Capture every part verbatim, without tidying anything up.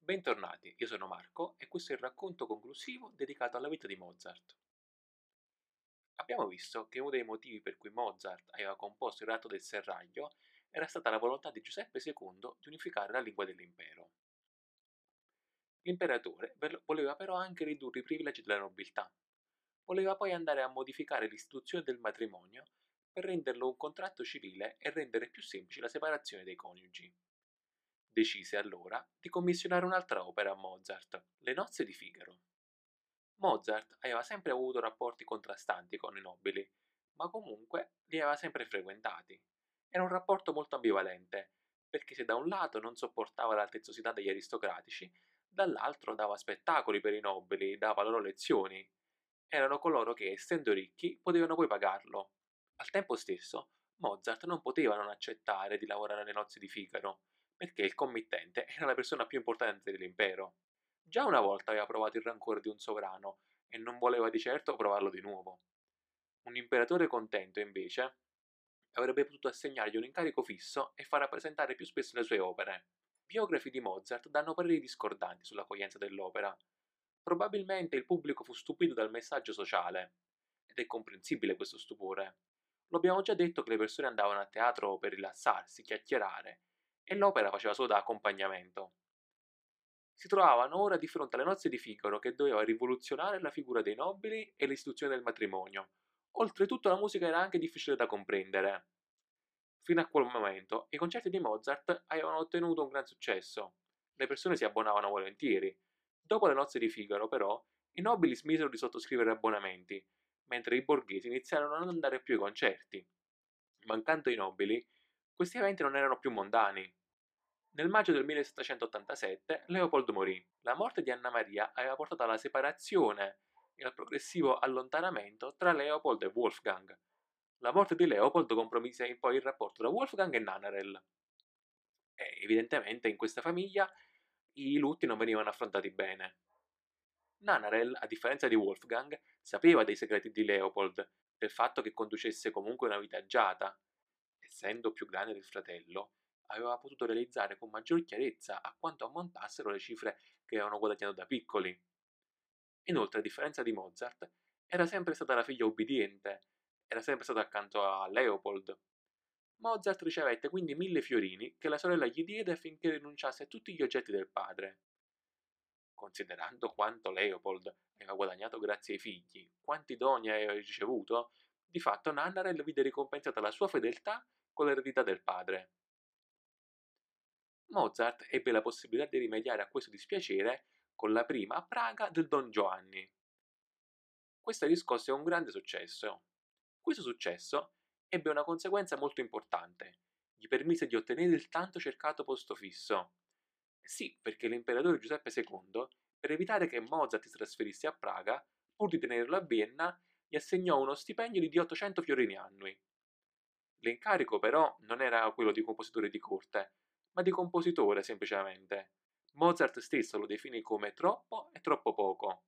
Bentornati, io sono Marco e questo è il racconto conclusivo dedicato alla vita di Mozart. Abbiamo visto che uno dei motivi per cui Mozart aveva composto il Ratto del Serraglio era stata la volontà di Giuseppe secondo di unificare la lingua dell'impero. L'imperatore ve- voleva però anche ridurre i privilegi della nobiltà. Voleva poi andare a modificare l'istituzione del matrimonio per renderlo un contratto civile e rendere più semplice la separazione dei coniugi. Decise allora di commissionare un'altra opera a Mozart, Le nozze di Figaro. Mozart aveva sempre avuto rapporti contrastanti con i nobili, ma comunque li aveva sempre frequentati. Era un rapporto molto ambivalente, perché se da un lato non sopportava l'altezzosità degli aristocratici, dall'altro dava spettacoli per i nobili, dava loro lezioni. Erano coloro che, essendo ricchi, potevano poi pagarlo. Al tempo stesso, Mozart non poteva non accettare di lavorare alle nozze di Figaro, perché il committente era la persona più importante dell'impero. Già una volta aveva provato il rancore di un sovrano e non voleva di certo provarlo di nuovo. Un imperatore contento, invece, avrebbe potuto assegnargli un incarico fisso e far rappresentare più spesso le sue opere. Biografi di Mozart danno pareri discordanti sull'accoglienza dell'opera. Probabilmente il pubblico fu stupito dal messaggio sociale, ed è comprensibile questo stupore. Lo abbiamo già detto che le persone andavano a teatro per rilassarsi, chiacchierare, e l'opera faceva solo da accompagnamento. Si trovavano ora di fronte alle nozze di Figaro che doveva rivoluzionare la figura dei nobili e l'istituzione del matrimonio. Oltretutto la musica era anche difficile da comprendere. Fino a quel momento i concerti di Mozart avevano ottenuto un gran successo. Le persone si abbonavano volentieri. Dopo le nozze di Figaro, però, i nobili smisero di sottoscrivere abbonamenti, mentre i borghesi iniziarono a non andare più ai concerti. Mancando i nobili, questi eventi non erano più mondani. Nel maggio del millesettecentottantasette Leopold morì. La morte di Anna Maria aveva portato alla separazione e al progressivo allontanamento tra Leopold e Wolfgang. La morte di Leopold compromise poi il rapporto tra Wolfgang e Nannerl. E evidentemente in questa famiglia i lutti non venivano affrontati bene. Nannerl, a differenza di Wolfgang, sapeva dei segreti di Leopold, del fatto che conducesse comunque una vita agiata. Essendo più grande del fratello, aveva potuto realizzare con maggior chiarezza a quanto ammontassero le cifre che avevano guadagnato da piccoli. Inoltre, a differenza di Mozart, era sempre stata la figlia ubbidiente, era sempre stata accanto a Leopold. Mozart ricevette quindi mille fiorini che la sorella gli diede affinché rinunciasse a tutti gli oggetti del padre. Considerando quanto Leopold aveva guadagnato grazie ai figli, quanti doni aveva ricevuto, di fatto Nannarel vide ricompensata la sua fedeltà con l'eredità del padre. Mozart ebbe la possibilità di rimediare a questo dispiacere con la prima a Praga del Don Giovanni. Questa riscosse un grande successo. Questo successo ebbe una conseguenza molto importante. Gli permise di ottenere il tanto cercato posto fisso. Sì, perché l'imperatore Giuseppe secondo, per evitare che Mozart si trasferisse a Praga, pur di tenerlo a Vienna, gli assegnò uno stipendio di ottocento fiorini annui. L'incarico però non era quello di compositore di corte, ma di compositore semplicemente. Mozart stesso lo definì come troppo e troppo poco.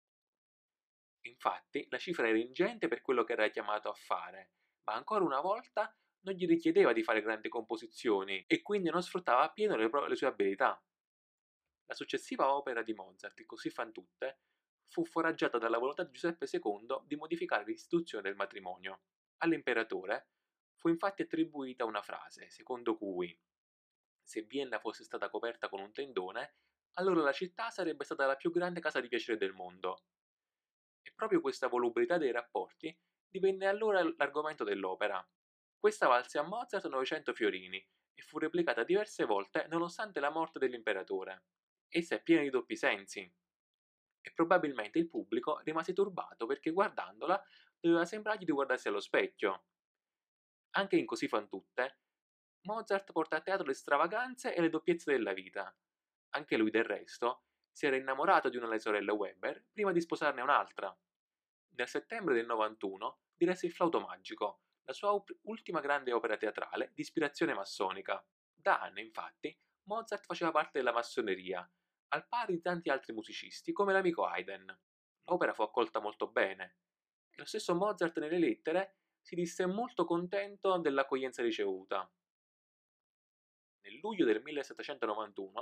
Infatti, la cifra era ingente per quello che era chiamato a fare, ma ancora una volta non gli richiedeva di fare grandi composizioni e quindi non sfruttava appieno le, pro- le sue abilità. La successiva opera di Mozart, Così fan tutte, fu foraggiata dalla volontà di Giuseppe secondo di modificare l'istituzione del matrimonio. All'imperatore fu infatti attribuita una frase, secondo cui, se Vienna fosse stata coperta con un tendone, allora la città sarebbe stata la più grande casa di piacere del mondo. E proprio questa volubilità dei rapporti divenne allora l'argomento dell'opera. Questa valse a Mozart novecento fiorini e fu replicata diverse volte nonostante la morte dell'imperatore. Essa è piena di doppi sensi e probabilmente il pubblico rimase turbato perché guardandola doveva sembrargli di guardarsi allo specchio. Anche in Così fan tutte, Mozart porta a teatro le stravaganze e le doppiezze della vita. Anche lui, del resto, si era innamorato di una delle sorelle Weber prima di sposarne un'altra. Nel settembre del novantuno diresse Il flauto magico, la sua up- ultima grande opera teatrale di ispirazione massonica. Da anni, infatti, Mozart faceva parte della massoneria, al pari di tanti altri musicisti come l'amico Haydn. L'opera fu accolta molto bene e lo stesso Mozart nelle lettere si disse molto contento dell'accoglienza ricevuta. Nel luglio del millesettecentonovantuno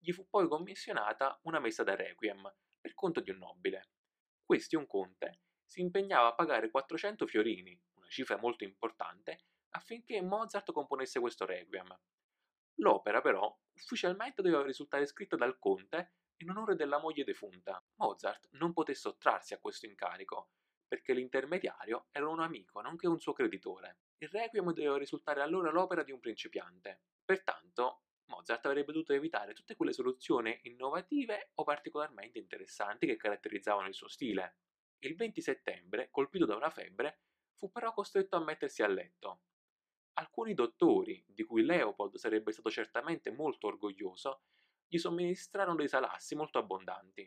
gli fu poi commissionata una messa da requiem per conto di un nobile. Questi, un conte, si impegnava a pagare quattrocento fiorini, una cifra molto importante, affinché Mozart componesse questo requiem. L'opera, però, ufficialmente doveva risultare scritta dal conte in onore della moglie defunta. Mozart non poté sottrarsi a questo incarico, perché l'intermediario era un amico, nonché un suo creditore. Il requiem doveva risultare allora l'opera di un principiante. Pertanto, Mozart avrebbe dovuto evitare tutte quelle soluzioni innovative o particolarmente interessanti che caratterizzavano il suo stile. Il venti settembre, colpito da una febbre, fu però costretto a mettersi a letto. Alcuni dottori, di cui Leopold sarebbe stato certamente molto orgoglioso, gli somministrarono dei salassi molto abbondanti.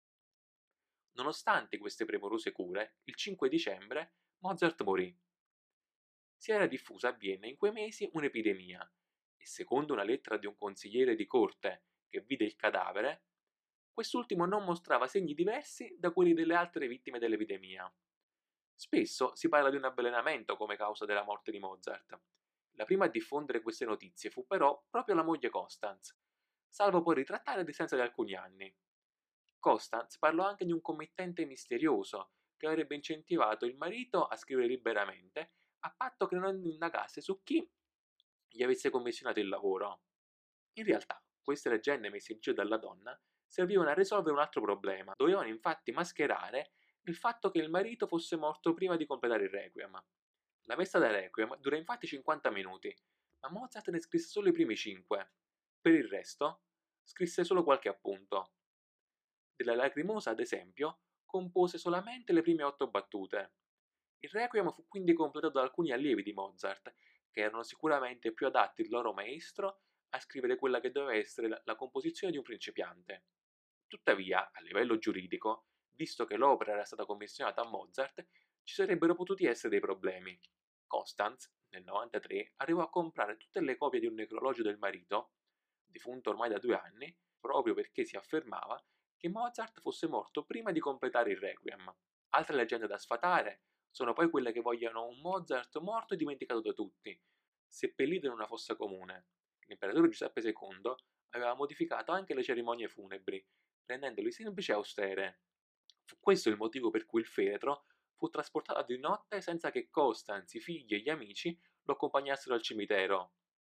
Nonostante queste premurose cure, il cinque dicembre Mozart morì. Si era diffusa a Vienna in quei mesi un'epidemia e, secondo una lettera di un consigliere di corte che vide il cadavere, quest'ultimo non mostrava segni diversi da quelli delle altre vittime dell'epidemia. Spesso si parla di un avvelenamento come causa della morte di Mozart. La prima a diffondere queste notizie fu però proprio la moglie Constance, salvo poi ritrattare a distanza di alcuni anni. Constance parlò anche di un committente misterioso che avrebbe incentivato il marito a scrivere liberamente, a patto che non indagasse su chi gli avesse commissionato il lavoro. In realtà, queste leggende messe in giro dalla donna servivano a risolvere un altro problema. Dovevano infatti mascherare il fatto che il marito fosse morto prima di completare il requiem. La messa da requiem dura infatti cinquanta minuti, ma Mozart ne scrisse solo i primi cinque. Per il resto, scrisse solo qualche appunto. Della Lacrimosa, ad esempio, compose solamente le prime otto battute. Il requiem fu quindi completato da alcuni allievi di Mozart, che erano sicuramente più adatti il loro maestro a scrivere quella che doveva essere la, la composizione di un principiante. Tuttavia, a livello giuridico, visto che l'opera era stata commissionata a Mozart, ci sarebbero potuti essere dei problemi. Constance, nel novantatré, arrivò a comprare tutte le copie di un necrologio del marito, defunto ormai da due anni, proprio perché si affermava che Mozart fosse morto prima di completare il requiem. Altre leggende da sfatare sono poi quelle che vogliono un Mozart morto e dimenticato da tutti, seppellito in una fossa comune. L'imperatore Giuseppe secondo aveva modificato anche le cerimonie funebri, rendendole semplici e austere. Fu questo il motivo per cui il feretro fu trasportato di notte senza che Costanzi, i figli e gli amici lo accompagnassero al cimitero.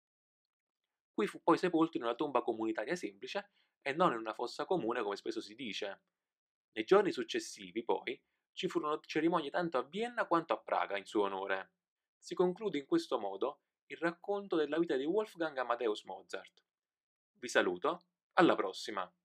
Qui fu poi sepolto in una tomba comunitaria semplice e non in una fossa comune come spesso si dice. Nei giorni successivi, poi, ci furono cerimonie tanto a Vienna quanto a Praga in suo onore. Si conclude in questo modo il racconto della vita di Wolfgang Amadeus Mozart. Vi saluto, alla prossima!